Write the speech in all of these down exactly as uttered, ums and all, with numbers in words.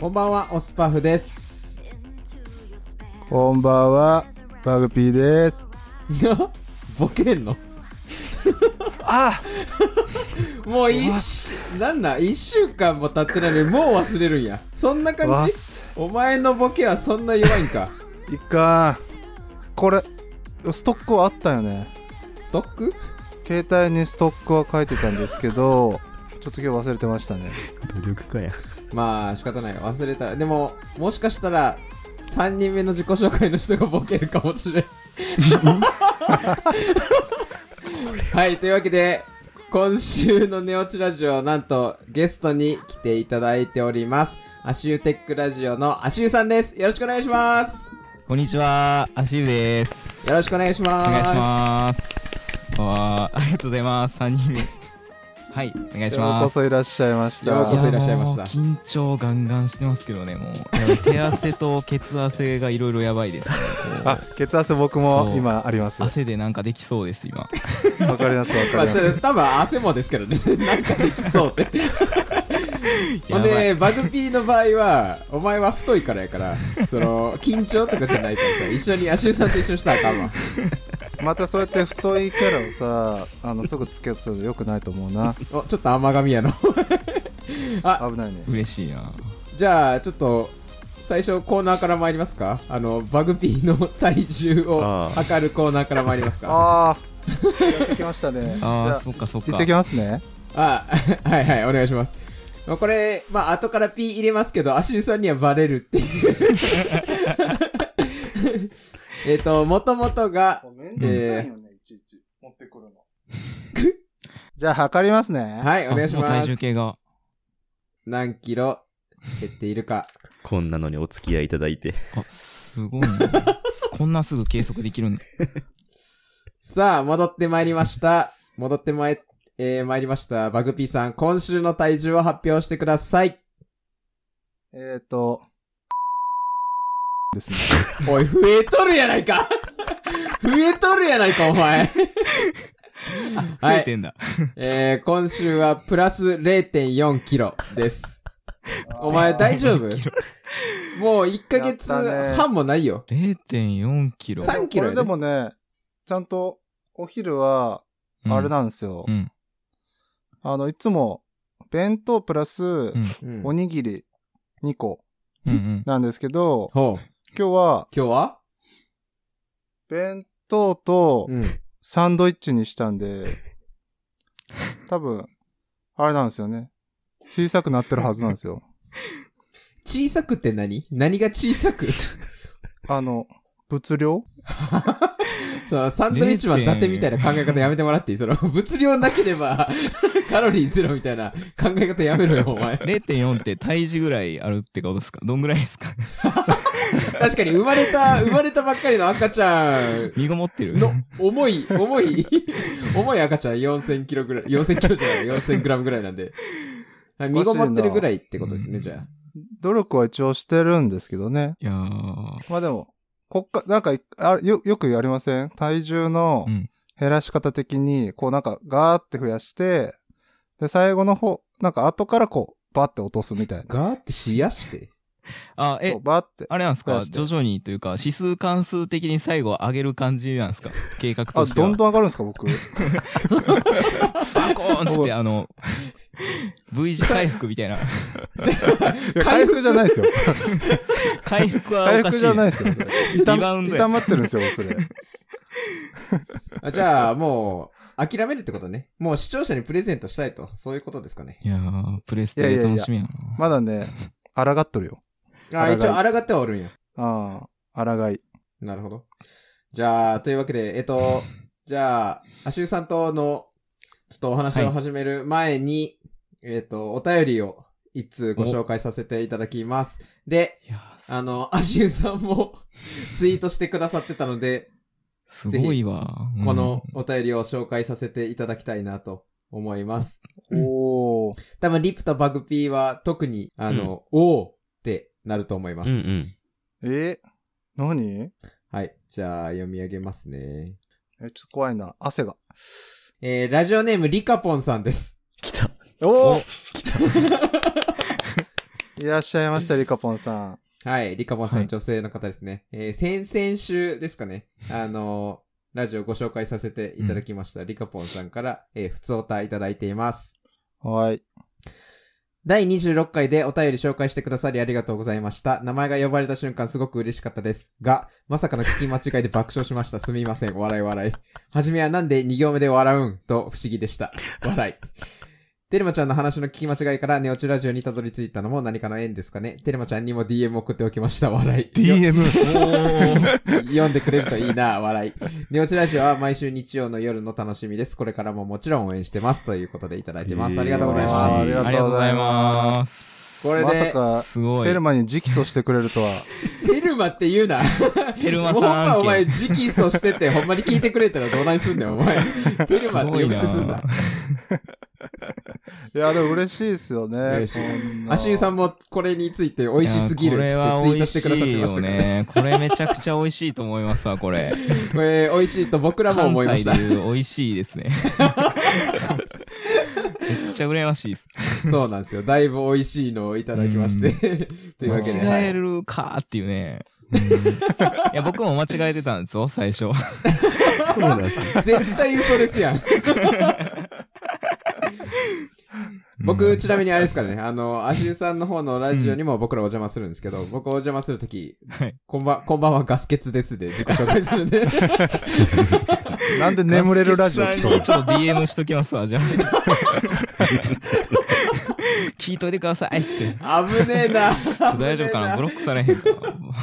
こんばんは、オスパフです。 こんばんは、バグピーです。 ボケんのあもう一週、なんだ、一週間も経ってないのにもう忘れるんや。そんな感じ？お前のボケはそんな弱いんか。 いかん。これ、ストックはあったよね。 ストック？ 携帯にストックは書いてたんですけど、ちょっと今日忘れてましたね。 努力家や。 まあ仕方ない。忘れたら。でも、もしかしたら、さんにんめの自己紹介の人がボケるかもしれん。はい、というわけで、今週のネオチラジオ、なんとゲストに来ていただいております。アシューテックラジオのアシューさんです。よろしくお願いします。 こんにちは、アシューです。 よろしくお願いします。 お願いします。あありがとうございます。さんにんめ。はい、お願いします。 ようこそいらっしゃいました。 ようこそいらっしゃいました。 緊張ガンガンしてますけどね、もう手汗と血汗がいろいろやばいですね。 あ、血汗僕も今あります。 汗でなんかできそうです今。 わかりますわかります。 まあ、多分汗もですけどね。なんかできそうって。ほんでバグピーの場合はお前は太いからやから、その緊張とかじゃないからさ、一緒にアシューさんと一緒にしたらあかんわ。 またそうやって太いキャラをさ、あのすぐつけようとするのよくないと思うな。 お、ちょっと甘噛みやの。 あ、危ないね。 嬉しいな。 じゃあちょっと最初コーナーから参りますか。あのバグピーの体重を測るコーナーから参りますか。 ああやってきましたね。 ああ、そっかそっか。 行ってきますね。 あ、はいはい、お願いします。これまあ後からピー入れますけど、アシューさんにはバレるっていうえっと、もともとが、えー、 じゃあ測りますね。 はい、お願いします。 体重計が何キロ減っているか。 こんなのにお付き合いいただいて。 あ、すごいね。こんなすぐ計測できるんだ。 さあ、戻ってまいりました。戻ってまい、えー、参りました。バグピーさん、今週の体重を発表してください。 えーと、ですね。 おい、増えとるやないか増えとるやないか、お前。 増えてんだ。 えー、今週はプラス れいてんよんキロです。お前大丈夫？もういっかげつはんもないよ。 れいてんよんキロ。 さんキロやで。 これでもね、ちゃんとお昼は、あれなんですよ。 うんうん、 あの、いつも、弁当プラス、おにぎりにこなんですけど、 うんうん、 今日は、 今日は弁当とサンドイッチにしたんで、うん、多分、あれなんですよね。小さくなってるはずなんですよ。 小さくって何？何が小さく？ あの、物量そのサンドイッチマン伊達みたいな考え方やめてもらっていい？その物量なければカロリーゼロみたいな考え方やめろよお前。 れいてんよん って体重ぐらいあるってことですか？どんぐらいですか？ 確かに生まれた生まれたばっかりの赤ちゃん身ごもってるの重い重い重い赤ちゃんよんせんキロぐらい、よんせんキロじゃないよんせんグラムぐらいなんで、身ごもってるぐらいってことですね。じゃあ努力は一応してるんですけどね。 いやー、 まあでもこっか、なんか、あよ、よくやりません？体重の減らし方的に、うん、こうなんかガーって増やして、で、最後の方、なんか後からこう、バッて落とすみたいな。 ガーって冷やしてあ、え、 バッて。 あれなんですか？徐々にというか、指数関数的に最後上げる感じなんですか？計画としては。 あ、どんどん上がるんですか、僕。 バコーンつって、あの、V 字回復みたいな。 回復じゃないですよ。 回復はおかしい。 回復じゃないですよ。 リバウンドや。 痛まってるんですよ、それ。 あ、じゃあ、もう、諦めるってことね。もう視聴者にプレゼントしたいと。そういうことですかね。 いやー、プレステ楽しみやな。いやいやいやまだね、抗っとるよ。 あ、一応抗ってはおるんや。 ああ、抗い。 なるほど。じゃあ、というわけで、えっと、じゃあ、アシューさんとの、ちょっとお話を始める前に、はい、えっと、お便りを一通ご紹介させていただきます。で、あの、アシューさんもツイートしてくださってたので、 すごいわ。 うん、このお便りを紹介させていただきたいなと思います。 おー。 多分、リプとバグピーは特に、あの、うん、おーってなると思います。 うんうん、 え何？ はい。じゃあ、読み上げますね。 え、ちょっと怖いな。汗が。 えー、ラジオネームリカポンさんです。 来た。 おー来た。 いらっしゃいました、リカポンさん。 はい、リカポンさん、 はい女性の方ですね。えー、先々週ですかね。あのー、ラジオご紹介させていただきました、うん、リカポンさんから、えー、ふつおたいただいています。 はい。 だいにじゅうろっかいでお便り紹介してくださりありがとうございました。名前が呼ばれた瞬間すごく嬉しかったです。が、まさかの聞き間違いで爆笑しました。すみません。笑い笑い。はじめはなんでに行目で笑うんと不思議でした。笑い。テルマちゃんの話の聞き間違いからネオチラジオにたどり着いたのも何かの縁ですかね。テルマちゃんにも ディーエム 送っておきました。笑い。 ディーエム? 読んでくれるといいな。笑い。ネオチラジオは毎週日曜の夜の楽しみです。これからももちろん応援してます。ということでいただいてます。ありがとうございます。 ありがとうございます。 これで、 まさか、すごい。テルマに直訴してくれるとは。 テルマって言うな。 テルマさん。 ほんまお前直訴してて、ほんまに聞いてくれたらどないすんねん、お前。テルマって呼び捨てすんな。 いや、でも嬉しいですよね。嬉しい。 足湯さんもこれについて美味しすぎるっつってツイートしてくださってましたからね。 これめちゃくちゃ美味しいと思いますわ、これ。 これ美味しいと僕らも思いました。 関西で言う美味しいですね。めっちゃ羨ましいです。 そうなんですよ。だいぶ美味しいのをいただきまして。というわけで。 間違えるかーっていうね。うん、いや、僕も間違えてたんですよ、最初。 そうなんですよ。絶対嘘ですやん。僕、ちなみにあれですからね、あの、足湯さんの方のラジオにも僕らお邪魔するんですけど、うん、僕お邪魔するとき、はい、こんばん、こんばんはガスケツですで自己紹介するんで。 なんで眠れるラジオ来たの？ ちょっと ディーエム しときますわ、じゃあ。聞いといてくださいって。 危ねえな。 大丈夫かな？ブロックされへんか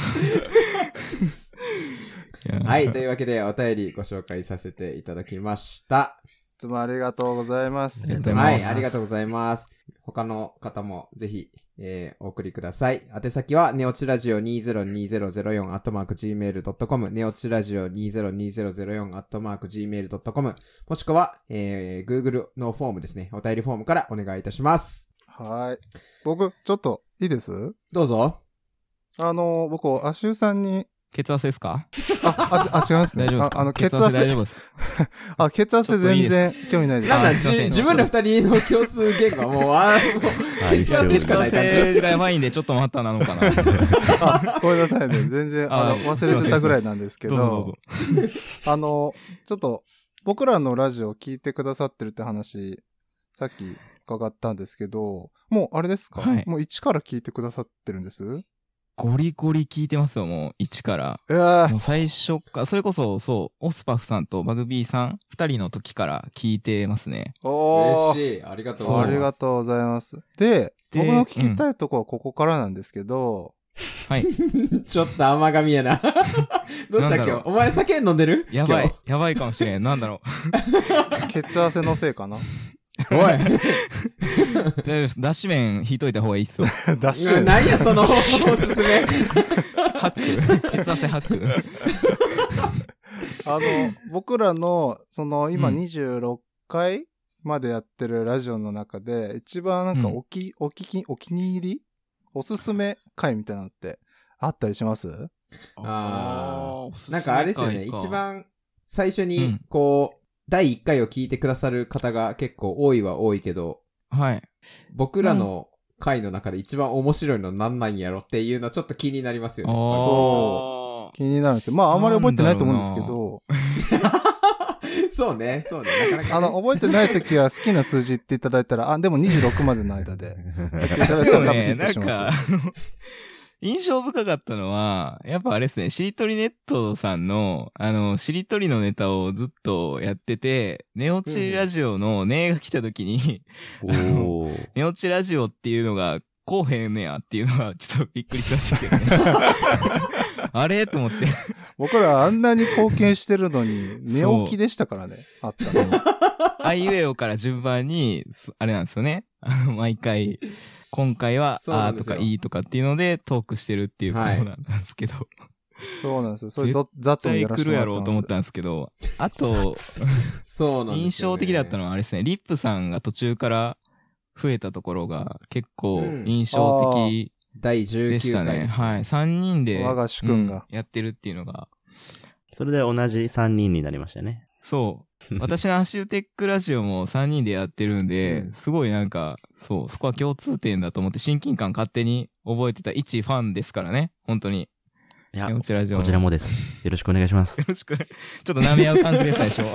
な。はい、というわけでお便りご紹介させていただきました。 いつもありがとうございます。 はい、ありがとうございます。他の方もぜひ、えー、お送りください。宛先は、ネオチラジオにせんにじゅうよんアットマークジーメールドットコム、ネオチラジオにせんにじゅうよんアットマークジーメールドットコム、もしくは、えー、Google のフォームですね、お便りフォームからお願いいたします。 はい。僕、ちょっと、いいです？ どうぞ。 あの、僕、足湯さんに、 血圧ですか？ あ、あ、あ、違いますね。 大丈夫ですか？ あ、あの、血圧。 大丈夫です。 あ、血圧全然興味ないです。 なんだ、自分ら二人の共通言語はもう、あもう、血圧しかない感じ。 血圧がやばいんで、ちょっと待ったなのかな。 あ、ごめんなさいね。全然、あの、忘れてたぐらいなんですけど、どうぞどうぞあの、ちょっと、僕らのラジオを聞いてくださってるって話、さっき伺ったんですけど、もう、あれですか？はい、もう一から聞いてくださってるんです？ ゴリゴリ聞いてますよ、もう、一から。 えー、 もう最初か、それこそ、そう、オスパフさんとバグビーさん、二人の時から聞いてますね。 おー。嬉しい。ありがとうございます。 ありがとうございます。で、で僕の聞きたいとこはここからなんですけど、 うん、はい。 ちょっと甘噛みやな。どうした今日？お前酒飲んでる？ やばい。やばいかもしれん。なんだろう。血汗のせいかな。 おい。 脱脂麺引いといた方がいいっすよ。 脱脂麺。 何やそのおすすめ。 ハック。血汗ハック。 あの、僕らの、その、今にじゅうろっかいまでやってるラジオの中で、一番なんかおき、うん、おきき、お気に入りおすすめ回みたいなのってあったりします？ ああ。なんかあれですよね。一番最初に、こう、うんだいいっかいを聞いてくださる方が結構多いは多いけど、 はい。 僕らの回の中で一番面白いのなんなんやろっていうのはちょっと気になりますよね。 そう。気になるんですよ。まああんまり覚えてないと思うんですけど。 そうね、そうね。なかなか、ね、 あの、覚えてないときは好きな数字っていただいたら、あ、でもにじゅうろくまでの間で。やっていただいたら多分ヒットします。 印象深かったのは、やっぱあれですね、しりとりネットさんの、あの、しりとりのネタをずっとやってて、ネオチラジオのネが来た時に、うん、ネオチラジオっていうのが、こうへんねやっていうのは、ちょっとびっくりしましたけどね。あれと思って。 僕らあんなに貢献してるのに、寝起きでしたからね、あったの。 あいうえおから順番に、あれなんですよね。あの、毎回、今回は、あーとかいいとかっていうのでトークしてるっていうコーナーなんですけど。はい、 そうなんですよ。それ雑にやらせてもらってます。絶対来るやろうと思ったんですけど、あと、 そうなんですよね、 印象的だったのはあれですね、リップさんが途中から増えたところが結構印象的だいじゅうきゅうかいですね。 はい。さんにんで、 我が主君が、 うん、やってるっていうのが。 それで同じさんにんになりましたね。 そう。私のアシューテックラジオもさんにんでやってるんで、うん、すごいなんか、そう、そこは共通点だと思って親近感勝手に覚えてた一ファンですからね、本当に。 いや、こちらこちらもです。よろしくお願いします。 よろしく。ちょっと舐め合う感じで最初。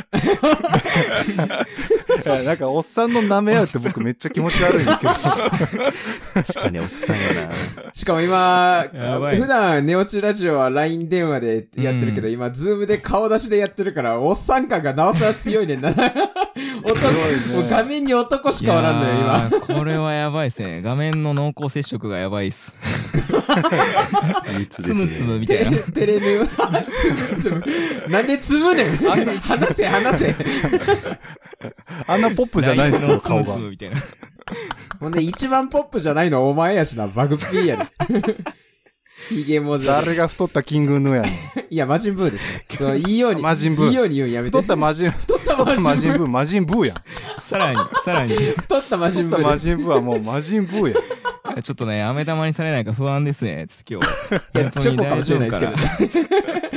いや、なんかおっさんの舐め合うって僕めっちゃ気持ち悪いんですけど。 確かにおっさんやな。 しかも今、普段ネオチラジオは ライン 電話でやってるけど、うん、今ズームで顔出しでやってるから、おっさん感がなおさら強いねんな。男、もう画面に男しかおらんのよ、今。 これはやばいっすね。画面の濃厚接触がやばいっす。つむつむみたいな。 テレヌつむつむ。なんでつむねん。話せ話せ。 あんなポップじゃないですよ、顔が。 みたいな。 ほんで一番ポップじゃないのお前やしな、バグピーやで。ヒゲ文字。 誰が太ったキングヌーやねん。 いや、魔人ブーですね。そう、いいように。 魔人ブー。 いいように言うんやめて。 太った魔人、 太った魔人ブー、魔人ブーやん。 さらに、さらに。 太った魔人ブーです。 太った魔人ブーはもう魔人ブーやん。 ちょっとね、飴玉にされないか不安ですね。ちょっと今日。 いや、チョコかもしれないですけ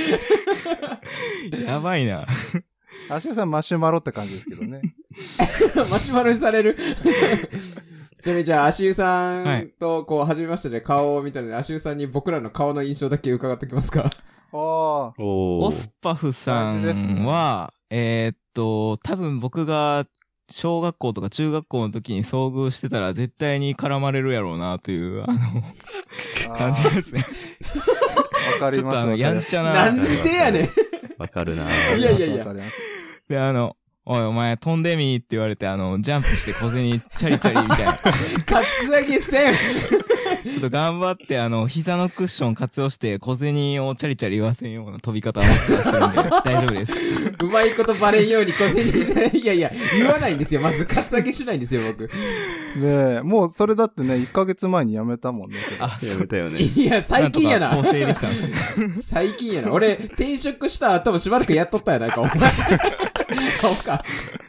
ど。やばいな。 アシュさんマシュマロって感じですけどね。 マシュマロにされる。ちなみにじゃあ、足湯さんとこう、初めましてで顔を見たので、足湯さんに僕らの顔の印象だけ伺っておきますか。 ああ。 オスパフさんは、ね、えー、っと、多分僕が小学校とか中学校の時に遭遇してたら絶対に絡まれるやろうなという、あの、感じですね。 わかります。 ちょっとあの、やんちゃな。 なんでやねん。 わかるな。 いやいやいや。 で、あの、おいお前飛んでみーって言われて、あの、ジャンプして小銭チャリチャリみたいな。 カツアゲせん。 ちょっと頑張って、あの、膝のクッション活用して小銭をチャリチャリ言わせんような飛び方をしてらっしゃるんで、大丈夫です。 うまいことバレんように小銭、いやいや、言わないんですよ。まずカツアゲしないんですよ、僕。 ねえ、もうそれだってね、いっかげつまえに辞めたもんね。 あ、辞めたよね。 いや、最近やな。 な構成できたんですね。 最近やな。俺、転職した後もしばらくやっとったやないか、お前。顔か。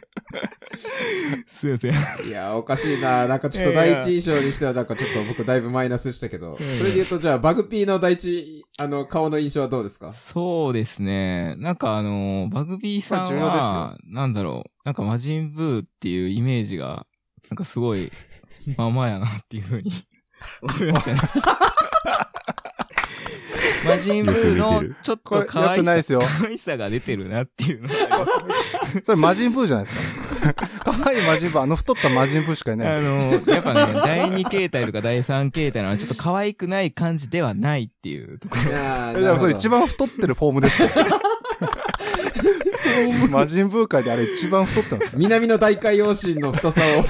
すいません。 いや、おかしいな。なんかちょっと第一印象にしてはなんかちょっと僕だいぶマイナスしたけど。それで言うとじゃあバグピーの第一、あの、顔の印象はどうですか？ そうですね。なんかあの、バグピーさんは、なんだろう。なんか魔人ブーっていうイメージが、なんかすごい、まあまあやなっていうふうに思いましたね。魔人ブーのちょっと可愛さ、可愛さが出てるなっていうのがあります。 それ魔人ブーじゃないですか。可愛い魔人ブー、あの太った魔人ブーしかいないです。あの、やっぱね、だいに形態とかだいさん形態のはちょっと可愛くない感じではないっていうところ。 いやー、でもそれ一番太ってるフォームですよ。魔人ブー界であれ一番太ってますか？ 南の大海洋神の太さを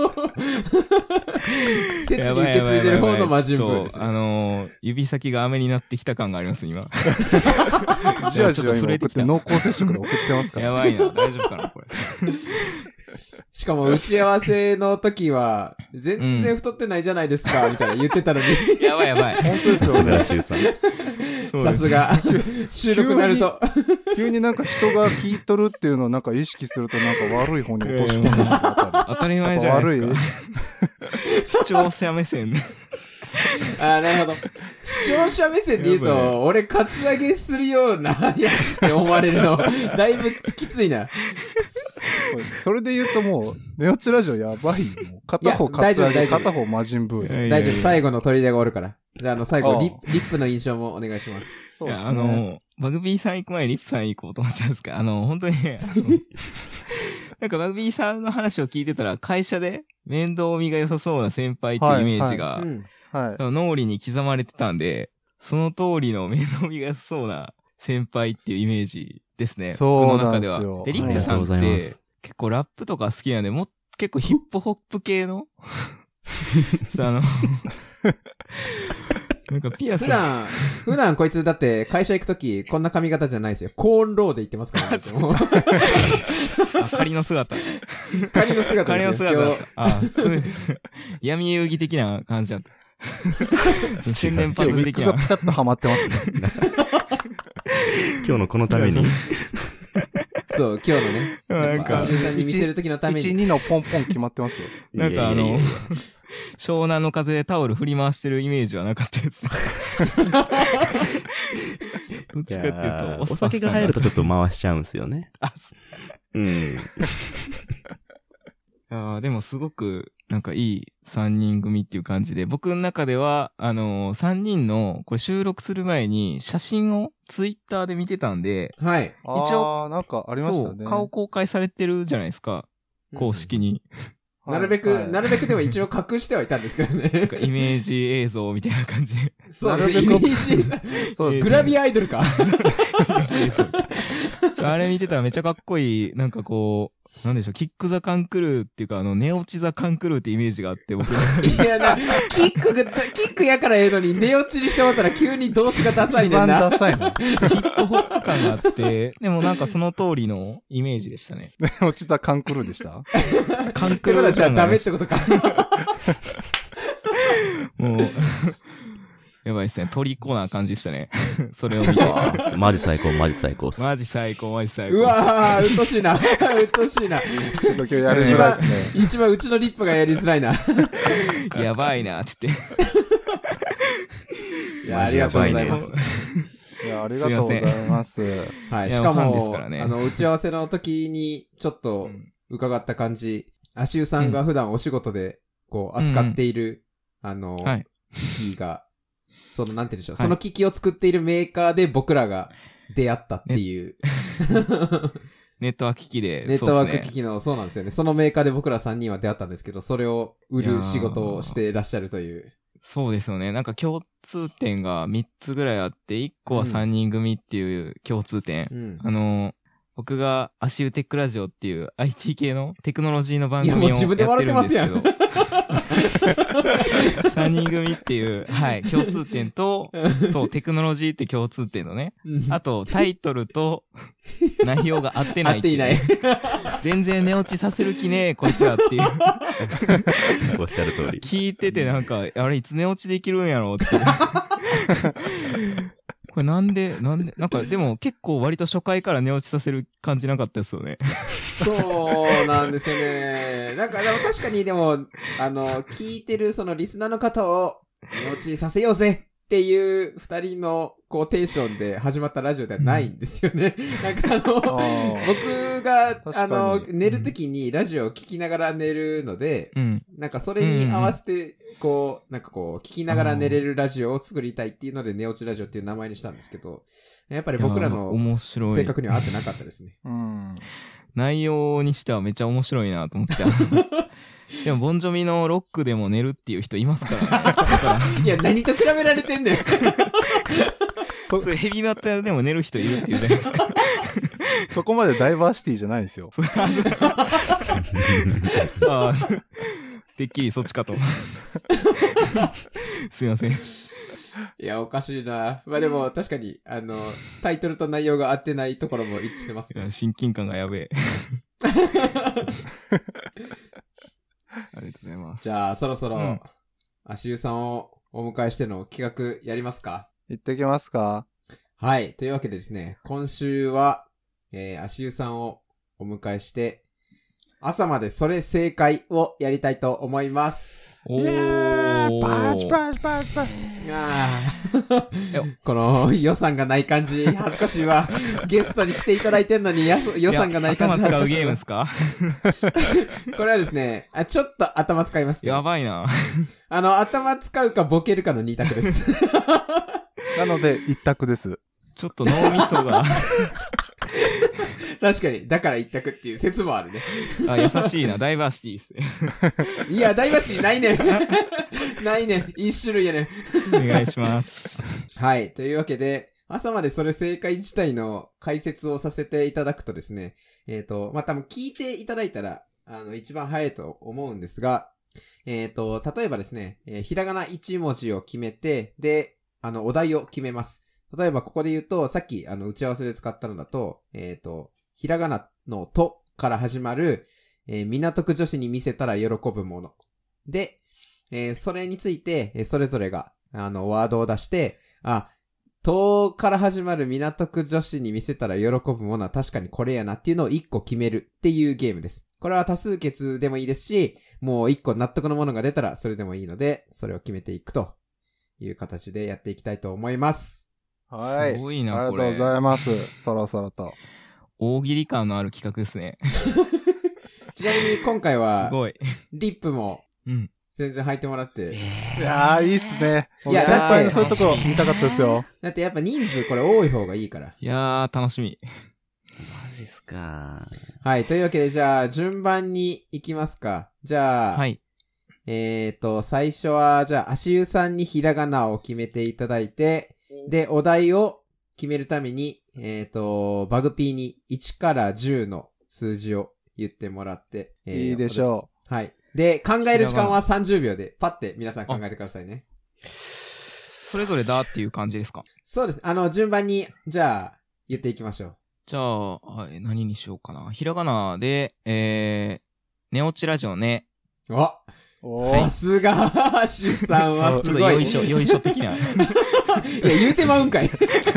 切に受け継いでる方の魔人ブーです、ね。 あのー、指先が飴になってきた感があります今。 じわじわ今送って濃厚接触で送ってますから。 やばいな、大丈夫かなこれ。 しかも打ち合わせの時は全然太ってないじゃないですか、うん、みたいな言ってたのに。 やばいやばい。 本当ですよね。 さすが収録になると急になんか人が聞いとるっていうのをなんか意識するとなんか悪い方に落とし込むのが当たり前じゃないですか。視聴者目線ね。 ああ、なるほど。視聴者目線で言うと、俺、カツアゲするようなやつって思われるの、だいぶきついな。 それで言うともう、ネオチラジオやばいよ。片方カツアゲ、片方魔人ブー。 大丈夫、最後の砦がおるから。じゃあ、あの、最後リッ、リップの印象もお願いします。 そうですね。 あの、バグビーさん行く前にリップさん行こうと思ってたんですか？あの、本当にね、なんかバグビーさんの話を聞いてたら、会社で面倒見が良さそうな先輩っていうイメージが、はいはいうんはい、脳裏に刻まれてたんで、その通りの面倒見が良さそうな先輩っていうイメージですね。 そうなんですよ。 僕の中では。で、リップさんって結構ラップとか好きなんで、も結構ヒップホップ系のちょっとあのなんかピアス。 普段、普段こいつだって会社行くときこんな髪型じゃないですよ。コーンローで行ってますからね。 あ、仮の姿。 仮の姿ですよ。 仮の姿。あ、そういう、闇遊戯的な感じだった。新年パブ的な。 ピタッとハマってますね。 今日のこのために。 そう、今日のね。なんか、アシュさんに見せるときのために。 いち、にのポンポン決まってますよ。 なんかあの、湘南の風でタオル振り回してるイメージはなかったです。 どっちかっていうと、 お酒が入るとちょっと回しちゃうんですよね。 あ、 うん。 あでもすごくなんかいいさんにん組っていう感じで、僕の中では、あのー、さんにんのこれ収録する前に写真をツイッターで見てたんで、 はい。 一応、あなんかありましたね。 そう、顔公開されてるじゃないですか。公式に。 うん、なるべく、はい、なるべくでも一応隠してはいたんですけどね。 なんかイメージ映像みたいな感じで。 そうですね、イメージ映像。そうです。グラビアアイドルか。 あれ見てたらめっちゃかっこいい、なんかこう、なんでしょう、キックザカンクルーっていうか、あの、寝落ちザカンクルーってイメージがあって、僕。 いやな、キックが、キックやからええのに、寝落ちにしてもらったら急に動詞がダサいねんな。 一番ダサいな。 ヒップホップ感があって、でもなんかその通りのイメージでしたね。 寝落ちザカンクルーでしたカンクルーじゃダメってことか。 もう、やばいっすね。トリコな感じでしたね。それを見て。 マジ最高、マジ最高っす。 マジ最高、マジ最高。 うわー、うっとしいな。うっとしいな。ちょっと今日やりづらいですね。 一番うちのリップがやりづらいな。 やばいな、って言って。 いや、ありがとうございます。 いや、ありがとうございます。 はい、しかも、ね、あの、打ち合わせの時に、ちょっと伺った感じ、足湯さんが普段お仕事で、こう、扱っている、うん、あの、はい、機器が、その、なんて言うんでしょう、はい、その機器を作っているメーカーで僕らが出会ったっていう。 ネットワーク機器で。 ネットワーク機器の、そうなんですよね。そのメーカーで僕らさんにんは出会ったんですけど、それを売る仕事をしていらっしゃるという。 そうですよね。なんか共通点がみっつぐらいあって、いっこはさんにん組っていう共通点。うん、あの、僕が足湯テックラジオっていう アイティー 系のテクノロジーの番組をやってるんですけど。いや、もう自分で笑ってますやん。さんにん組っていう、はい、共通点と、そう、テクノロジーって共通点のね。あと、タイトルと内容が合ってないっていう、ね。合っていない。全然寝落ちさせる気ねえ、こいつらっていう。 おっしゃる通り。 聞いててなんか、あれいつ寝落ちできるんやろうって。これなんで、なんで、なんかでも結構割と初回から寝落ちさせる感じなかったですよね。 そうなんですよね。なんかでも確かにでも、あの、聞いてるそのリスナーの方を寝落ちさせようぜっていう二人のこうテンションで始まったラジオではないんですよね。うん、なんかあの、あ僕が、あの、寝るときにラジオを聞きながら寝るので、うん、なんかそれに合わせて、こう、なんかこう、聞きながら寝れるラジオを作りたいっていうので、寝落ちラジオっていう名前にしたんですけど、やっぱり僕らの性格には合ってなかったですね。 うん、内容にしてはめっちゃ面白いなと思って。でも、ボンジョビのロックでも寝るっていう人いますからね。 いや、何と比べられてんねん。 そういうヘビーメタルでも寝る人いるっていうじゃないですか。 そこまでダイバーシティじゃないんですよ。 ああ、てっきりそっちかと。すいません。 いや、おかしいな。まあでも、確かに、あの、タイトルと内容が合ってないところも一致してますね。 親近感がやべえ。ありがとうございます。 じゃあ、そろそろ、うん、足湯さんをお迎えしての企画やりますか？ 行ってきますか？ はい。というわけでですね、今週は、えー、足湯さんをお迎えして、朝までそれ正解をやりたいと思います。 おー。 パチパチパチパチ。 あこの予算がない感じ、恥ずかしいわ。ゲストに来ていただいてんのに予算がない感じ。 頭使うゲームですか？ これはですねあ、ちょっと頭使いますね。 やばいな。 あの、頭使うかボケるかの二択です。 なので、一択です。 ちょっと脳みそが。 確かに。だから一択っていう説もあるね。 あ、優しいな。ダイバーシティですね。いや、ダイバーシティないねん。ないねん。一種類やねん。お願いします。 はい。というわけで、朝までそれ正解自体の解説をさせていただくとですね、えっと、まあ、多分聞いていただいたら、あの、一番早いと思うんですが、えっと、例えばですね、えー、ひらがないち文字を決めて、で、あの、お題を決めます。例えばここで言うと、さっき、あの、打ち合わせで使ったのだと、えっと、ひらがなのとから始まる、えー、港区女子に見せたら喜ぶもの。で、えー、それについて、えー、それぞれが、あの、ワードを出して、あ、とから始まる港区女子に見せたら喜ぶものは確かにこれやなっていうのを一個決めるっていうゲームです。これは多数決でもいいですし、もう一個納得のものが出たらそれでもいいので、それを決めていくという形でやっていきたいと思います。 はい。 すごいなありがとうございます。そろそろと。 大喜利感のある企画ですね。 ちなみに今回は、 すごい。 リップもうん。 全然履いてもらって。 いやー、いいっすね。 いや先輩のだってそういうとこ見たかったですよ。 だってやっぱ人数これ多い方がいいから。 いやー、楽しみ。 マジっすか。 はい。というわけで、じゃあ、順番に行きますか。じゃあ、 はい。 えーと、最初は、じゃあ、足湯さんにひらがなを決めていただいて、で、お題を決めるために、えーと、バグピーにいちからじゅうの数字を言ってもらって、えーいいでしょう。はい。で、考える時間はさんじゅうびょうで、パッて皆さん考えてくださいね。 それぞれだっていう感じですか？ そうです。あの、順番に、じゃあ、言っていきましょう。 じゃあ、はい何にしようかな。ひらがなで、えー、寝落ちラジオね。 あう。おさすが、シュさんはちょすごい。 っとよいしょ、よいしょ的な。 いや、言うてまうんかい。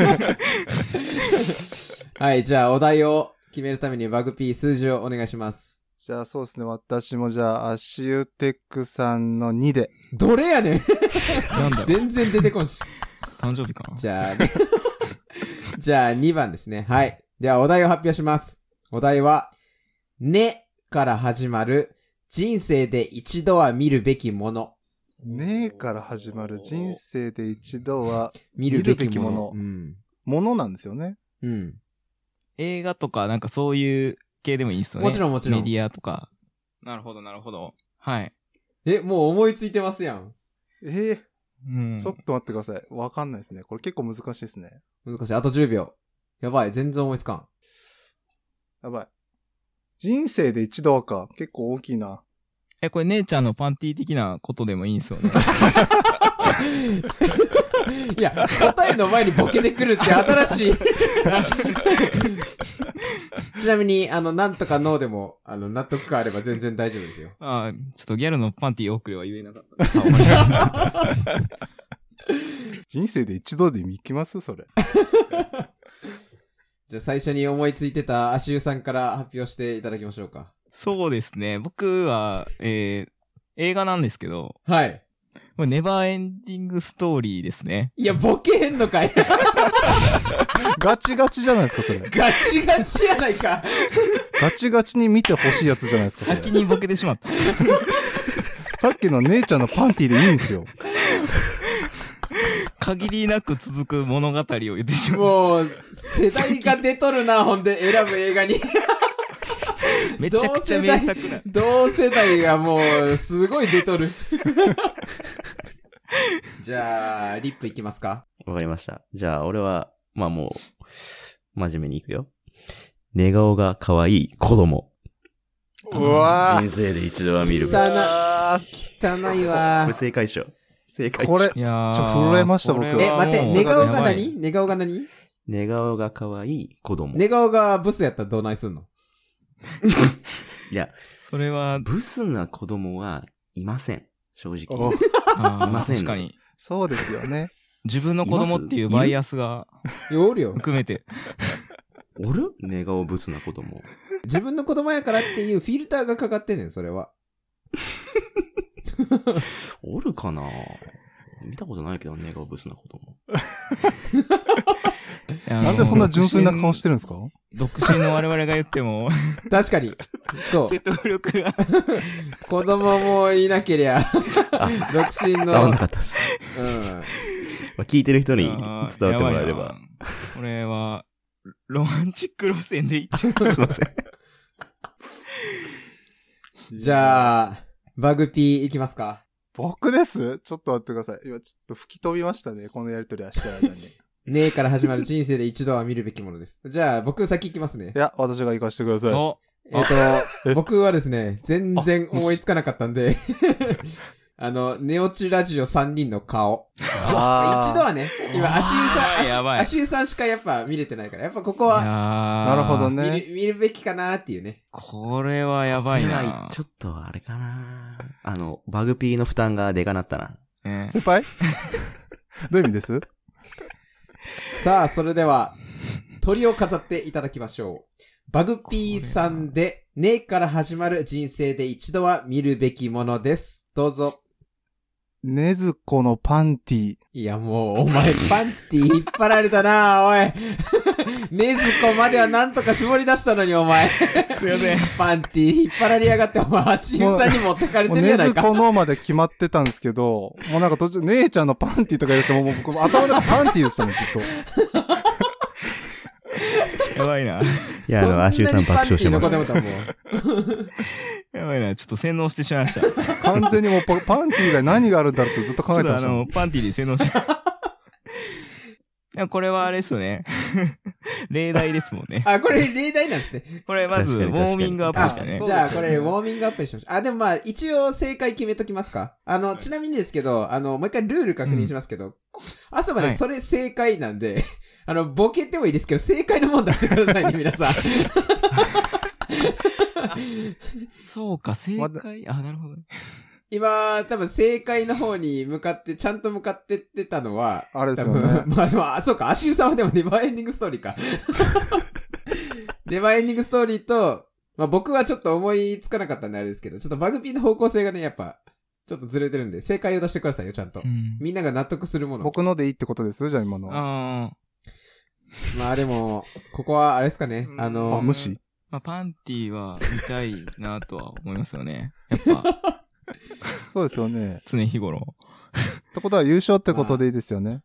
はい、じゃあ、お題を決めるためにバグピー数字をお願いします。 じゃあそうですね。私もじゃあ、アシュテックさんのにで。 どれやねん。 なんだろう全然出てこんし。 誕生日かな。 じゃあ、ね、じゃあにばんですね。はい。では、お題を発表します。お題は、ねから始まる人生で一度は見るべきもの。 ねえから始まる人生で一度は見るべきもの。 見るべきものうん。 ものなんですよね。 うん。 映画とか、なんかそういう系でもいいですよね。 もちろんもちろんメディアとか。なるほど、なるほど。はい。 え、もう思いついてますやん。 えうんー、ちょっと待ってください。わかんないですね。これ結構難しいですね。 難しい。あとじゅうびょう。やばい。全然思いつかん。 やばい。人生で一度はか。結構大きいな。 え、これ姉ちゃんのパンティー的なことでもいいんですよね。 いや、答えの前にボケてくるって新しい。ちなみに、あの、なんとかノーでも、あの、納得感あれば全然大丈夫ですよ。 ああ、ちょっとギャルのパンティー送れは言えなかった。 人生で一度で見きますそれ。 じゃあ最初に思いついてた足湯さんから発表していただきましょうか。 そうですね。僕は、えー、映画なんですけど、 はい。 これネバーエンディングストーリーですね。 いや、ボケへんのかい。 ガチガチじゃないですか、それ。 ガチガチやないか。 ガチガチに見てほしいやつじゃないですか、それ。 先にボケてしまった。 さっきの姉ちゃんのパンティーでいいんですよ。 限りなく続く物語を言ってしまう。 もう、世代が出とるな、ほんで、選ぶ映画に。 めちゃくちゃ名作な。 同世代がもう、すごい出とる。じゃあ、リップいきますか？ わかりました。じゃあ、俺は、まあもう、真面目にいくよ。寝顔が可愛い子供。 うわ人生で一度は見るべき。 汚いー。 汚いわこれ。正解でしょ。正解でしょ。 これ、 いやーちょ震えましたこれは僕え、待って、 もう寝顔がやばい何寝顔が何寝顔が可愛い子供。 寝顔がブスやったらどないすんの？ いや、 それは、 ブスな子供はいません。正直。 おあーいませんね確かに。 そうですよね。 自分の子供っていうバイアスがいや、おるよ。 含めて。 おる寝顔ブスな子供。 自分の子供やからっていうフィルターがかかってんねん、それは。 おるかな見たことないけど、寝顔ブスな子供。 なんでそんな純粋な顔してるんですか？ 独身の我々が言っても、 確かに。そう。 説得力が。 子供もいなけりゃ、独身伝わんのなか、ったっす。 うん。 まあ、聞いてる人に伝わってもらえれば。 やばいな。これは、ロマンチック路線でいっちゃう。 すいません。 じゃあ、バグピーいきますか？ 僕ですちょっと待ってください。今ちょっと吹き飛びましたね。このやりとりはしてる間に。 ねえから始まる人生で一度は見るべきものです。じゃあ、僕先行きますねい。や、私が行かせてください。 お、 えっと、僕はですね、全然思いつかなかったんで、あの、寝落ちラジオさんにんの顔。 あー一度はね、今、足湯さん、 やばい足足湯さんしかやっぱ見れてないから、やっぱここいやはーなるほど見ね。 る見るべきかなっていうね。 これはやばいな。 ちょっとあれかなあの、バグピーの負担がでかなったな。 ね先輩どういう意味ですさあ、それでは、鳥を飾っていただきましょう。バグピーさんで、ねえから始まる人生で一度は見るべきものです。どうぞ。 ねずこのパンティ。 いやもう、お前パンティ引っ張られたな、おい。ねずこまではなんとか絞り出したのに、お前。 すいません。 パンティ引っ張られやがって、お前、足湯さんに持ってかれてるやないか。 ねずこのまで決まってたんですけど、もうなんか途中、姉ちゃんのパンティとか言うと、もう僕、頭の中パンティでしたもん、ずっと。 やばいな。 いや、あの、アシューさん爆笑してます。 そんなにパンティのこと思ったもん。 やばいな。ちょっと洗脳してしまいました。 完全にもうパ、パンティ以外何があるんだろうとずっと考えてました。 ちょっとあの、パンティで洗脳して。いや、これはあれですよね。例題ですもんね。 あ、これ例題なんですね。 これまず、ウォーミングアップですかね。 じゃあ、これ、ウォーミングアップにしましょう。あ、でもまあ、一応正解決めときますか。あの、ちなみにですけど、あの、もう一回ルール確認しますけど、うん、朝までそれ正解なんで、はい、あの、ボケてもいいですけど、正解のもん出してくださいね、皆さん。 そうか、正解、あ、なるほど。 今、多分正解の方に向かって、ちゃんと向かってってたのは、 あれですよね。 まあ、まあ、そうか、足湯さんはでもネバーエンディングストーリーか。ネバーエンディングストーリーと、まあ僕はちょっと思いつかなかったんであれですけど、ちょっとバグピーの方向性がね、やっぱ、ちょっとずれてるんで、正解を出してくださいよ、ちゃんと。うん、みんなが納得するもの。 僕のでいいってことですじゃあ今の。 あまあでも、ここはあれですかね、あのー、 あ、無視まあ、パンティは見たいなとは思いますよね。やっぱ。 そうですよね。 常日頃。 ってことは優勝ってことでいいですよね。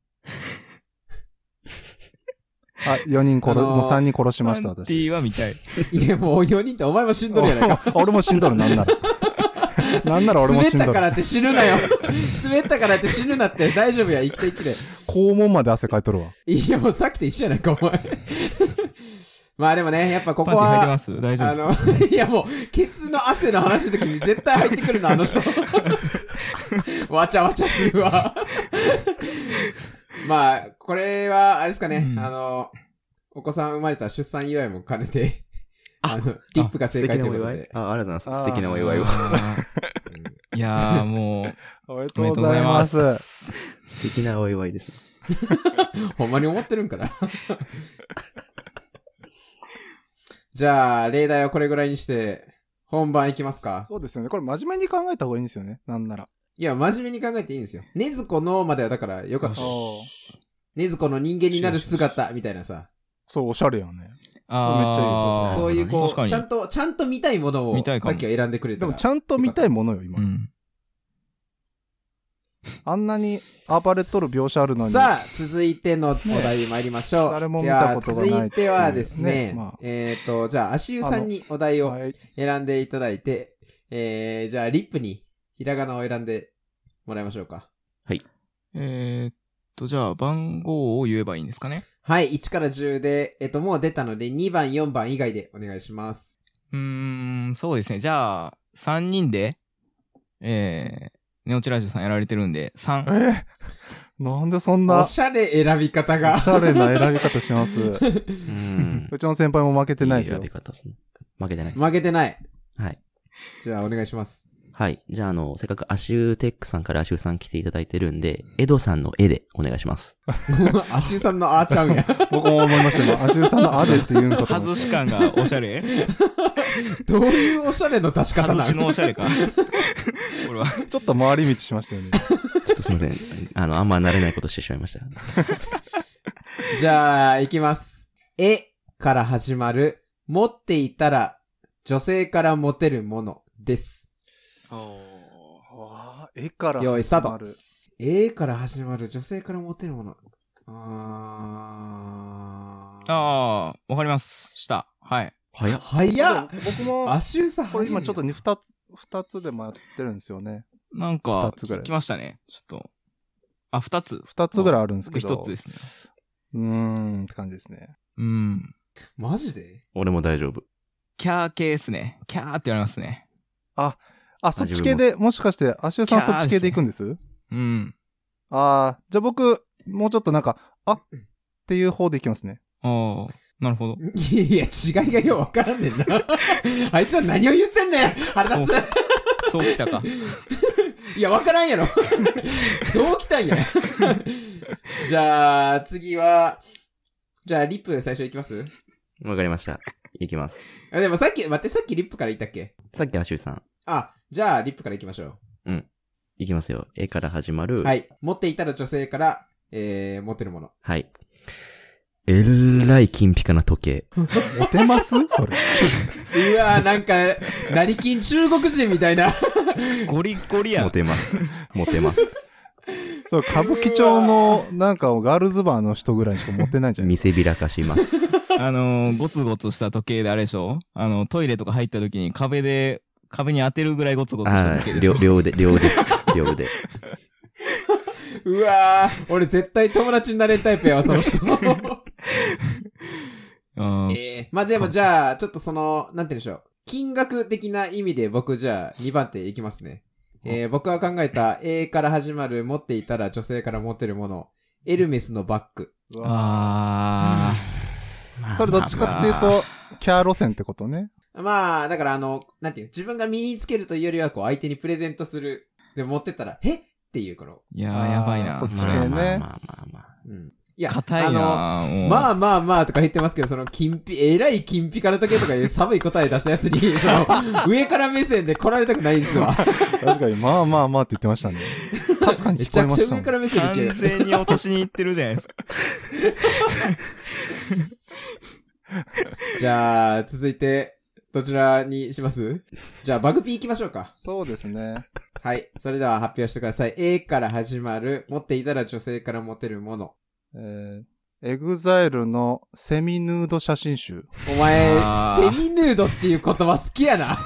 あ、よにん殺、あのー、もうさんにん殺しました、私。 パンティは見たい。 いや、もうよにんってお前も死んどるやないか。 俺も死んどる、なんなら。なんなら俺も死んどる。 滑ったからって死ぬなよ。滑ったからって死ぬなって。大丈夫や、生きて生きて。 肛門まで汗かいとるわ。 いや、もうさっきと一緒やないか、お前。まあでもね、やっぱここは、 パンティ入ってます？大丈夫ですか？ あの、いやもう、ケツの汗の話の時に絶対入ってくるの、あの人。わちゃわちゃするわ。まあ、これは、あれですかね、うん、あの、お子さん生まれた出産祝いも兼ねて、あの、リップが正解ということで。 あ、ありがとうございます。素敵なお祝いを。 いやーもう、 おめでとうございます。 素敵なお祝いですね。 ほんまに思ってるんかな。じゃあ、例題はこれぐらいにして、本番いきますか？ そうですよね。これ真面目に考えた方がいいんですよね。なんなら。 いや、真面目に考えていいんですよ。ねずこのまではだからよかった。ねずこの人間になる姿みたいなさ。 そう、おしゃれやね。 あめっちゃいいです。 そうそういうこう、ちゃんと、ちゃんと見たいものをさっきは選んでくれた。 でもちゃんと見たいものよ、今。うん、あんなに暴れとる描写あるのに。 さあ、続いてのお題参りましょう。 誰も見たことがない。 続いてはですね、 ねまあ、 えっ、ー、と、じゃあ、足湯さんにお題を選んでいただいて、はい、えー、じゃあ、リップにひらがなを選んでもらいましょうか。 はい。 えーっと、じゃあ、番号を言えばいいんですかね。 はい、いちからじゅうで、えっ、ー、と、もう出たので、にばん、よんばん以外でお願いします。 うーん、そうですね。じゃあ、さんにんで、えー、ネオチラジオさんやられてるんで、さん。 えー、なんでそんな。 おしゃれ選び方が。 おしゃれな選び方します。うん。うちの先輩も負けてないですよ。 いい選び方ですね。負けてないです。 負けてない。 はい。 じゃあ、お願いします。 はい。じゃあ、あの、せっかくアシューテックさんからアシューさん来ていただいてるんで、エドさんの絵でお願いします。 アシューさんのあーちゃうんや。 僕も思いましたよ。アシューさんのあでって言うんかと。 外し感がおしゃれどういうおしゃれの出し方なの？ 外しのおしゃれか。これは。 ちょっと回り道しましたよね。 ちょっとすいません。あの、あんま慣れないことしてしまいました。 じゃあ、いきます。えから始まる、持っていたら女性からモテるものです。 ああ、絵から始まる。 用意スタート。えから始まる女性からモテるもの。あー。あー、わかります。した。はい。 早っ。早っ。 僕も、 アシューさん。 これ今ちょっと二つ、二つでもやってるんですよね。 なんか、聞きましたね。ちょっと。あ、二つ。 二つぐらいあるんですけど。 一つですね。 うーん、って感じですね。 うん。 マジで？ 俺も大丈夫。 キャー系ですね。キャーって言われますね。 あ、あ、そっち系で、もしかして、アシューさんそっち系で行くんです？ うん。 あー、じゃあ僕、もうちょっとなんか、あっていう方で行きますね。 あー、なるほど。 いや、違いがようわからんねんな。あいつは何を言ってんねん腹立つ。そう来たか。 いや、わからんやろ。どう来たんや。じゃあ、次は、じゃあ、リップ最初行きます？ わかりました。行きます。 あ、でもさっき、待って、さっきリップから言ったっけ？ さっきアシューさん。 あ、じゃあ、リップから行きましょう。 うん。 いきますよ。A から始まる。 はい。持っていたら女性から、えー、持ってるもの。 はい。えらい金ピカな時計。 モテますそれ。 うわーなんか、成金中国人みたいな。 ゴリゴリやん。 モテます。モテます。 そう、歌舞伎町の、なんかガールズバーの人ぐらいしか持ってないじゃないですか。 見せびらかします。 あのー、ゴツゴツした時計であれでしょあの、トイレとか入った時に壁で、壁に当てるぐらいゴツゴツした時計でしょ。 両腕、両腕です。両腕。 うわー俺絶対友達になれるタイプやわ、その人。えー、まあでもじゃあ、ちょっとその、なんて言うんでしょう。金額的な意味で僕じゃあにばん手いきますね。えー、僕が考えた A から始まる持っていたら女性から持ってるもの。エルメスのバッグ。 あー。それどっちかっていうと、キャー路線ってことね。 まあ、だからあの、なんていう、自分が身につけるというよりは、こう相手にプレゼントする。で、持ってったら、えっていうこの。 いやー、やばいな。 そっち系ね。 まあまあまあまあまあ。 うん。いや、 硬いなあの、まあまあまあとか言ってますけど、その、金ピ、えらい金ピカな時計とかいう寒い答え出したやつに、その、上から目線で来られたくないんですわ。 確かに、まあまあまあって言ってましたね。かすかに聞こえました。めちゃくちゃ上から目線で完全に落としに行ってるじゃないですか。 じゃあ、続いて、どちらにします？じゃあ、バグピー行きましょうか。 そうですね。 はい。それでは発表してください。A から始まる、持っていたら女性から持てるもの。 えー、エグザイルのセミヌード写真集。 お前、セミヌードっていう言葉好きやな。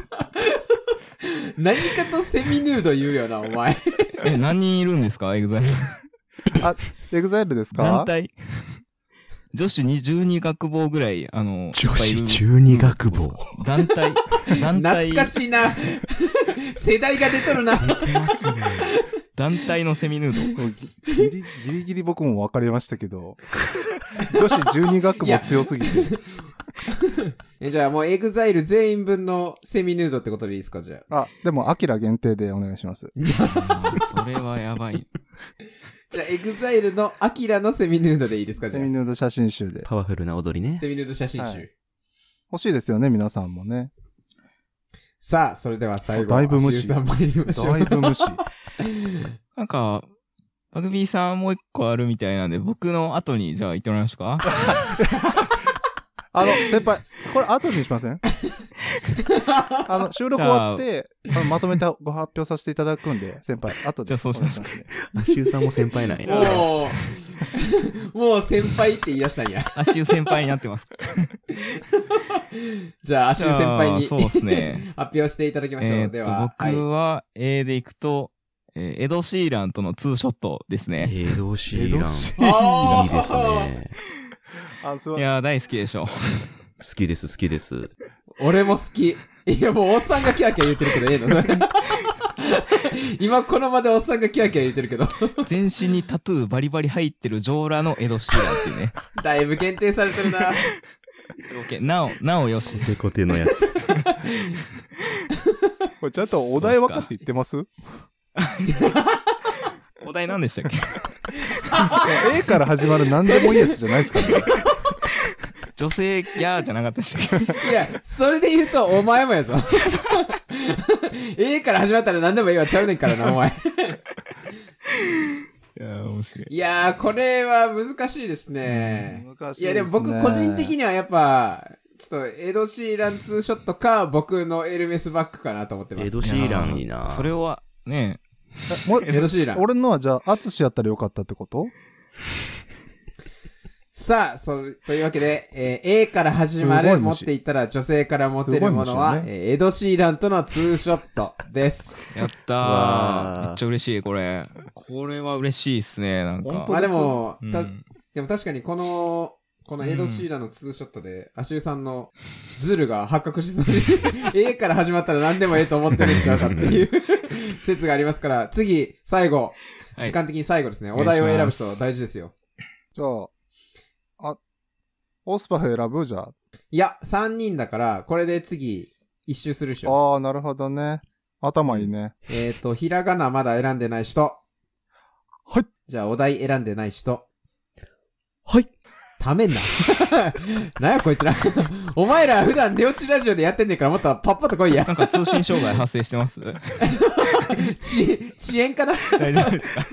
何かとセミヌード言うよな、お前。 え、何人いるんですかエグザイル。 あ、エグザイルですか？ 団体。女子にじゅうに学坊ぐらい、あの、 女子じゅうに学坊。 団体、団体。 懐かしいな。世代が出とるな。 団体のセミヌード。 ギリギリギリ僕も分かりましたけど、女子じゅうに学坊強すぎて。 えじゃあもうエグザイル全員分のセミヌードってことでいいですかじゃあ。 あ、でもアキラ限定でお願いします。 それはやばい。 じゃあ、エグザイルのアキラのセミヌードでいいですかじゃあ。 セミヌード写真集で。 パワフルな踊りね。 セミヌード写真集。はい、 欲しいですよね、皆さんもね。 さあ、それでは最後。 だいぶ無視。 さん参りましょう。 だいぶ無視。 なんか、バグビーさんもう一個あるみたいなんで、僕の後にじゃあ言ってもらいましょうか。 あの、先輩、これ後にしません？あの、収録終わって、あのまとめてご発表させていただくんで、先輩、後で。 じゃあそうしますね。 アシューさんも先輩なんや。 もう、もう先輩って言い出したんや。 アシュー先輩になってます。 じゃあ、アシュー先輩に。 そうですね。 発表していただきましょう。 えー、 では。 僕は A でいくと、えー、エド・シーランとのツーショットですね。 エド・シーラン。 いいですね。 あいやー、大好きでしょ。好きです、好きです。 俺も好き。いや、もうおっさんがキャーキャー言ってるけど、ええのそれ。今この場でおっさんがキャーキャー言ってるけど。 全身にタトゥーバリバリ入ってるジョーラのエド・シーランっていうね。 だいぶ限定されてるな。 条件。なお、なおよし。 デコテのやつ。 これちゃんとお題分かって言ってます？ お題何でしたっけ？ A から始まる何でもいいやつじゃないですかね。 女性ギャーじゃなかったし。 いや、それで言うとお前もやぞ。A から始まったら何でもいいわちゃうねんからな、お前。 いやー、面白い。 いやー、これは難しいですね。 難しいですね。 いや、でも僕個人的にはやっぱ、ちょっとエド・シーランツーショットか、僕のエルメスバッグかなと思ってます。 エド・シーランいいな。 それは、ねえ、もエド・シーラン。 俺のはじゃあ、アツシやったらよかったってこと？ さあ、それ、というわけで、えー、A から始まる、持っていったら女性から持ってるものは、ねえー、エド・シーランとのツーショットです。 やったー。めっちゃ嬉しい、これ。これは嬉しいっすね、なんか。 まあでも、 うん、 たでも確かにこの、このエド・シーランのツーショットで、アシューさんのズルが発覚しそうに、A から始まったら何でもええと思ってるんちゃうかっていう説がありますから、次、最後、はい、時間的に最後ですね。お題を選ぶ人大事ですよ。 じゃあ、あ、オスパフ選ぶじゃあ。 いや、さんにんだから、これで次、一周するでしょ。 ああ、なるほどね。頭いいね。 えっと、ひらがなまだ選んでない人。 はい。 じゃあ、お題選んでない人。 はい。 ためんな。なんやこいつら。お前ら普段寝落ちラジオでやってんねんからもっとパッパと来いや。 なんか通信障害発生してますち、遅延かな大丈夫ですか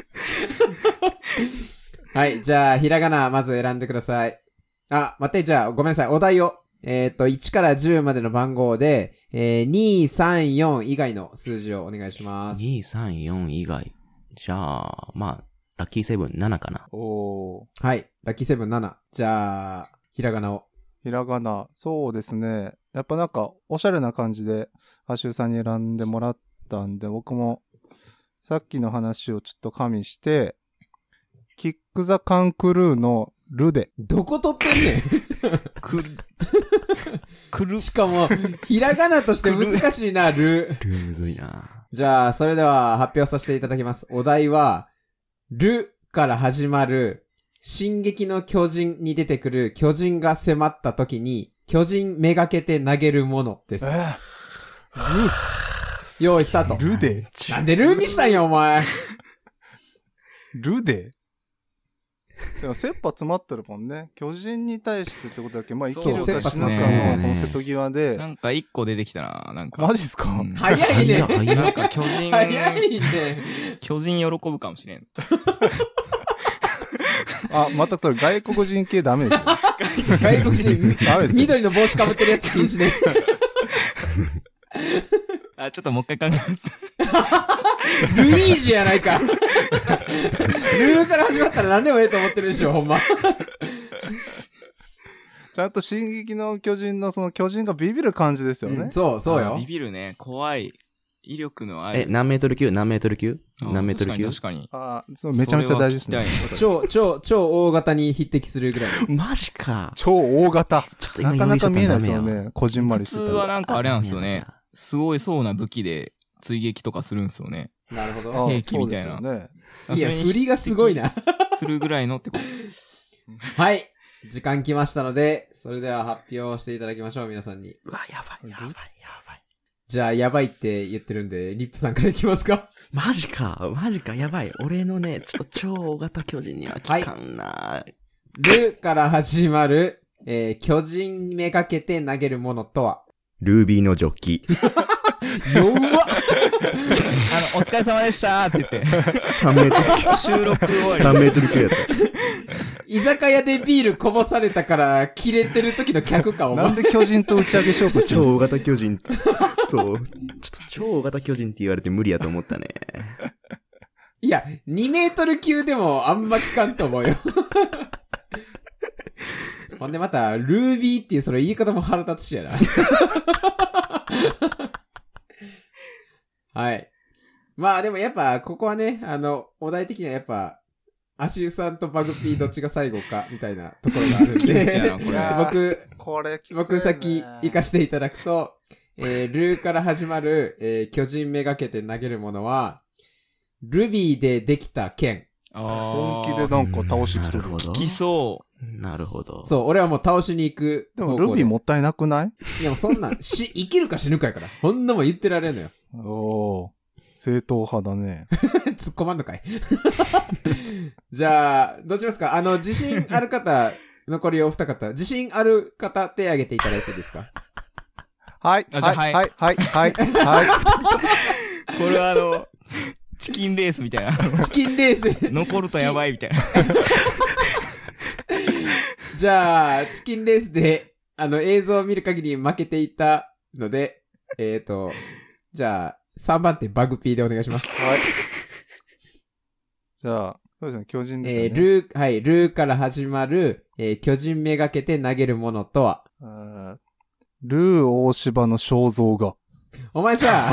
はい、じゃあ、ひらがな、まず選んでください。あ、待って、じゃあ、ごめんなさい。お題を。えっと、いちからじゅうまでの番号で、えー、に、さん、よん以外の数字をお願いします。 に、さん、よん以外。じゃあ、まあ、ラッキーセブンななかな。 おー。 はい。ラッキーセブンなな。じゃあ、ひらがなを。 ひらがな。そうですね。やっぱなんか、おしゃれな感じで、アシュさんに選んでもらったんで、僕も、さっきの話をちょっと加味して、キックザカンクルーのルで。 どこ取ってんねんくる。くる。 しかも、ひらがなとして難しいな、ル。 ルむずいな。 じゃあ、それでは発表させていただきます。お題は、ルから始まる、進撃の巨人に出てくる巨人が迫った時に、巨人めがけて投げるものです。 えー、用意スタート。 ルでなんでルにしたんや、お前。 ルででも、切羽詰まってるもんね。巨人に対してってことだけ、まあ、生きるか死ぬかの、この瀬戸際で。 なんか一個出てきたな、なんか。 マジっすか、うん、 早いね。 なんか巨人。 早いね。 巨人喜ぶかもしれん。 あ、またそれ外国人系ダメですよ。 外国人、ダメです。緑の帽子かぶってるやつ禁止ね。 あ、ちょっともう一回考えます。 ルイージやないか。ルーから始まったら何でもええと思ってるでしょ、ほんま。 ちゃんと進撃の巨人のその巨人がビビる感じですよね。 うん、そう、そうよ。 ビビるね。怖い。威力のある。 え、何メートル級何メートル級何メートル級確かに確かに。 あそうめちゃめちゃ大事ですね。 超、超、超大型に匹敵するぐらい。 マジか。 超大型。 ちょっと今なかなか見えないですよね。こじんまりしてた。 普通はなんかあれなんですよね。すごいそうな武器で追撃とかするんですよね。 なるほど。 兵器みたいな。 ね、 いや、振りがすごいな。 するぐらいのってこと。 はい。時間来ましたので、それでは発表していただきましょう、皆さんに。 うわ、やばい、やばい、やばい。 じゃあ、やばいって言ってるんで、リップさんからいきますか？ マジか、マジか、やばい。俺のね、ちょっと超大型巨人には効かんな、はい、 ルから始まる、えー、巨人めがけて投げるものとは？ ルービーのジョッキ。 弱っあの、お疲れ様でしたーって言って。 さんメートル。 収録終わり。 さんメートル級やった。 居酒屋でビールこぼされたから切れてる時の客か、お前。 なんで巨人と打ち上げしようとしてるんですか？ 超大型巨人。そう。ちょっと超大型巨人って言われて無理やと思ったね。 いや、にメートル級でもあんま聞かんと思うよ。ほんでまた、ルービーっていうその言い方も腹立つしやな。はい。まあでもやっぱ、ここはね、あの、お題的にはやっぱ、アシュさんとバグピーどっちが最後か、みたいなところがあるんで、僕、 これきついね、 僕先行かしていただくと、えー、ルーから始まる、えー、巨人めがけて投げるものは、ルビーでできた剣。 本気でなんか倒してきてる。 効きそう。 なるほど。 そう、俺はもう倒しに行く。 でもルビーもったいなくない？ いやもうそんなん、し、生きるか死ぬかやから。ほんなもん言ってられんのよ。 おー、正統派だね。 突っ込まんのかい。じゃあ、どうしますか？あの、自信ある方、残りお二方、自信ある方手挙げていただいていいですか？ はい、 あじゃあはい、はい、はい、はい、はい。 これはあの、チキンレースみたいな。 チキンレース。 残るとやばいみたいな。 じゃあ、チキンレースで、あの、映像を見る限り負けていたので、えっと、じゃあ、さんばん手バグピーでお願いします。 はい。じゃあ、そうですね、巨人ですね。 えー、ルー、はい、ルーから始まる、えー、巨人めがけて投げるものとは？ ルー大柴の肖像画。 お前さ、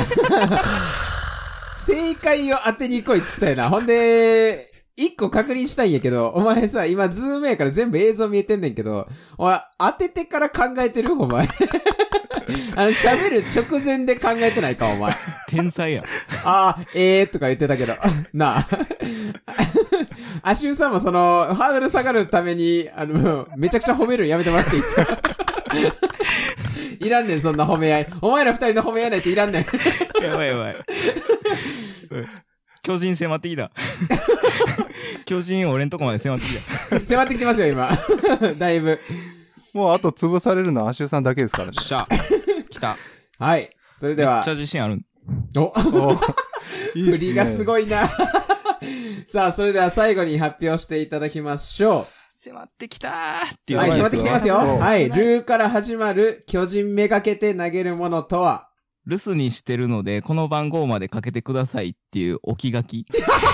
正解を当てに来いっつったよな。ほんで、一個確認したいんやけど、お前さ、今ズームやから全部映像見えてんねんけど、お前、当ててから考えてる？お前。あの、喋る直前で考えてないか、お前。 天才や。 ああ、ええーとか言ってたけど、なあ。アシューさんもその、ハードル下がるために、あの、めちゃくちゃ褒めるのやめてもらっていいですか？いらんねん、そんな褒め合い。お前ら二人の褒め合いないっていらんねん。 やばいやばい。 巨人迫ってきた。巨人俺んとこまで迫ってきた。 迫ってきてますよ、今。だいぶ。 もうあと潰されるのはアシュさんだけですからね。 しゃ。来た。 はい。それでは。 めっちゃ自信ある。 おおいいっすね。 振りがすごいな。さあ、それでは最後に発表していただきましょう。迫ってきたーっていう。 はい、迫ってきてますよ。はい。ルーから始まる巨人めがけて投げるものとは留守にしてるので、この番号までかけてくださいっていう置き書き。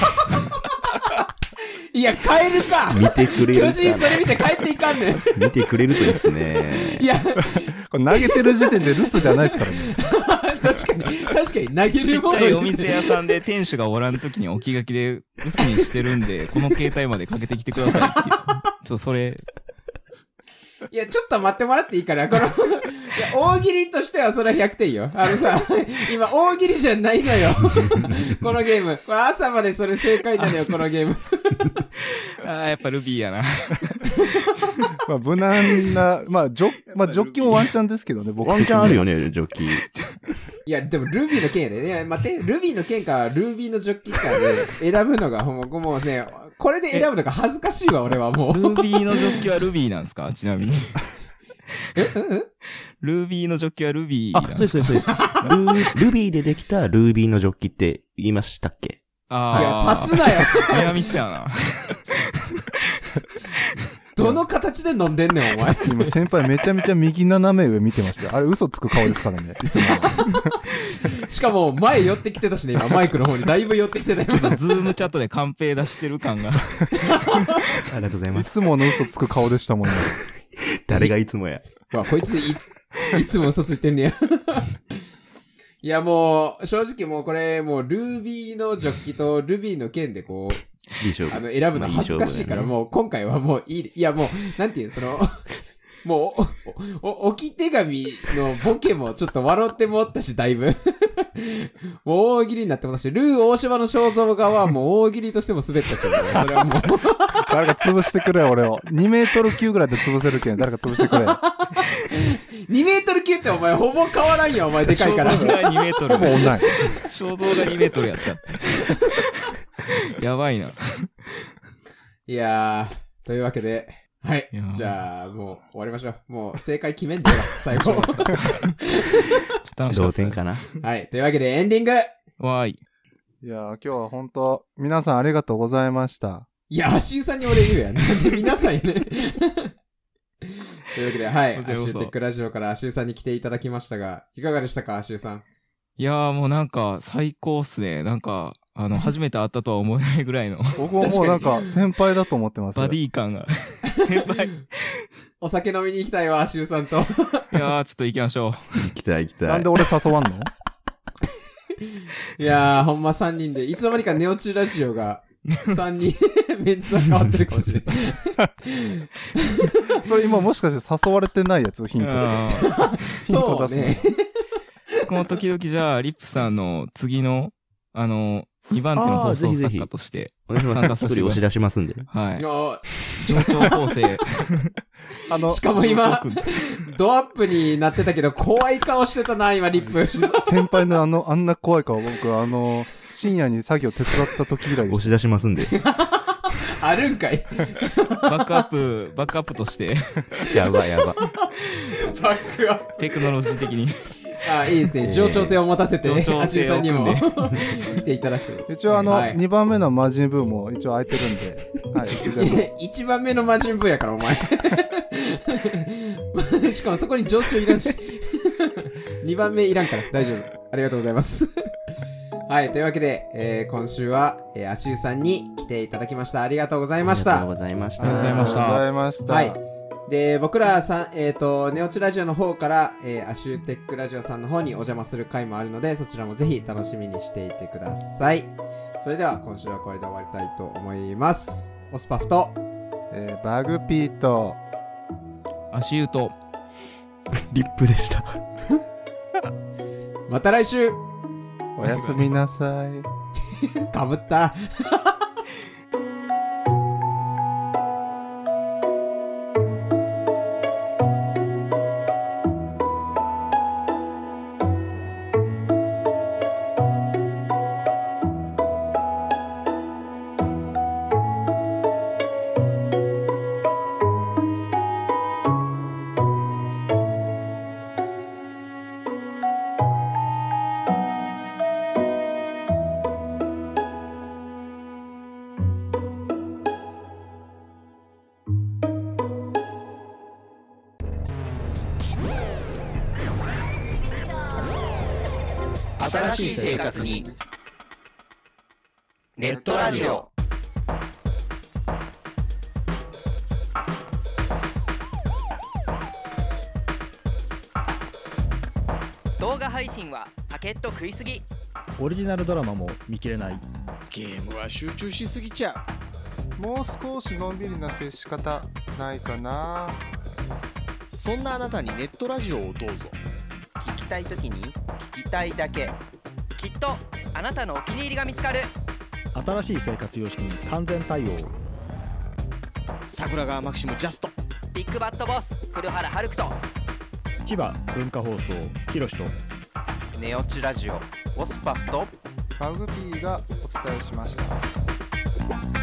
いや、変えるか見てくれるか。 巨人それ見て帰っていかんねん。 見てくれるといいですね。 いや、 これ投げてる時点で留守じゃないですからね。 確かに、確かに投げるもの。 ちっちゃいお店屋さんで店主がおらんときに置き書きで留守にしてるんで、この携帯までかけてきてくださいっていう。ちょっとそれ。 いや、ちょっと待ってもらっていいから、この、いや、大喜利としてはそれはひゃくてんよ。あのさ、今、大喜利じゃないのよ。このゲーム。これ朝までそれ正解なのよ、このゲーム。 ああ、やっぱルビーやな。 まあ、無難な、まあ、ジョ、まあ、ジョッキもワンチャンですけどね、僕。 ワンチャンあるよね、ジョッキ。 いや、でも、ルビーの剣やで。いや、待って、ルビーの剣か、ルービーのジョッキかで、選ぶのが、もう、もうね、これで選ぶのが恥ずかしいわ、俺はもう。 ルービーのジョッキはルビーなんですかちなみに。 ええルービーのジョッキはルビーなんあ、そうです、そうです。ルー、ルビーでできたルービーのジョッキって言いましたっけ？ ああ。 いや、足すなよ。 ニアミスやな。 どの形で飲んでんねん、お前。 今、先輩めちゃめちゃ右斜め上見てましたよ。あれ、嘘つく顔ですからね、いつも。 しかも、前寄ってきてたしね、今、マイクの方にだいぶ寄ってきてたよ。 ちょっとズームチャットでカンペ出してる感が。 ありがとうございいます。 つもの嘘つく顔でしたもんね。 誰がいつもや。 わ、こいつい、いつも嘘ついてんねや。いや、もう、正直もうこれ、もう、ルービーのジョッキとルビーの剣でこう、 いい勝負。 あの、選ぶの恥ずかしいから、もう、今回はもういい。いや、もう、なんていう、その、もう、お、お、置き手紙のボケもちょっと笑ってもったし、だいぶ。もう大喜利になってもったし、ルー大柴の肖像画はもう大喜利としても滑ったし、それはもう。 誰か潰してくれ、俺を。にメートル級ぐらいで潰せるけん、誰か潰してくれ。 にメートル級ってお前ほぼ変わらんよ、お前でかいから。 肖像がにメートル。 ほぼ同い。 肖像がにメートルやった。やばいな。 いやー、というわけで、はい。じゃあ、もう終わりましょう。もう正解決めんでよ、最後。 同点かな。 はい。というわけでエンディングわーい。 いやー、今日は本当皆さんありがとうございました。 いや、足湯さんに俺言うやん。なんで皆さんやね。というわけで、はい。足湯テックラジオから足湯さんに来ていただきましたが、いかがでしたか、足湯さん。 いやーもうなんか最高っすね。なんか、あの、初めて会ったとは思えないぐらいの。 僕ももうなんか先輩だと思ってます。 バディ感が。先輩。 お酒飲みに行きたいわ、足湯さんと。いやー、ちょっと行きましょう。行きたい行きたい。 なんで俺誘わんのいやー、ほんまさんにんで、いつの間にかネオチラジオが、さんにん、メンツは変わってるかもしれない。 それ今もしかして誘われてないやつヒント。 ヒント出すね。 この時々じゃあ、リップさんの次の、あの、にばん手の放送作家として、 お願いします。一人押し出しますんで。 はい。上長構成。 あの、しかも今、ドアップになってたけど、怖い顔してたな、今、リップ。 先輩のあの、あんな怖い顔、僕、あの、深夜に作業手伝った時以来押し出しますんで。 あるんかい。 バックアップ、バックアップとして。 やばやば。 バックアップ。 テクノロジー的に。 あ、いいですね。冗長性を持たせて、 えー、 アシュさんにも来ていただく。 一応あの、はい、にばんめの魔人ブーも一応空いてるんで、はい、いつでも。 いちばんめの魔人ブーやから、お前。しかもそこに冗長いらんし。にばんめいらんから、大丈夫。ありがとうございます。はい、というわけで、えー、今週は、えー、アシュさんに来ていただきました。ありがとうございました。 ありがとうございました。 ありがとうございました。 はい。で、僕らさん、えっ、ー、と、ネオチラジオの方から、えー、アシュテックラジオさんの方にお邪魔する回もあるので、そちらもぜひ楽しみにしていてください。それでは、今週はこれで終わりたいと思います。オスパフと、 えー、バグピーと、 足湯と、 リップでした。 また来週おやすみなさい。 かぶった。 新しい生活にネットラジオ。 動画配信はパケット食いすぎ。 オリジナルドラマも見切れない。 ゲームは集中しすぎちゃう。もう少しのんびりな接し方ないかな。 そんなあなたにネットラジオをどうぞ。 聞きたいときに聞きたいだけ。 きっとあなたのお気に入りが見つかる。 新しい生活様式に完全対応。 桜川マキシムジャスト。 ビッグバットボス黒原遥人と千葉文化放送ひろしとネオチラジオオスパフとマグピーがお伝えしました。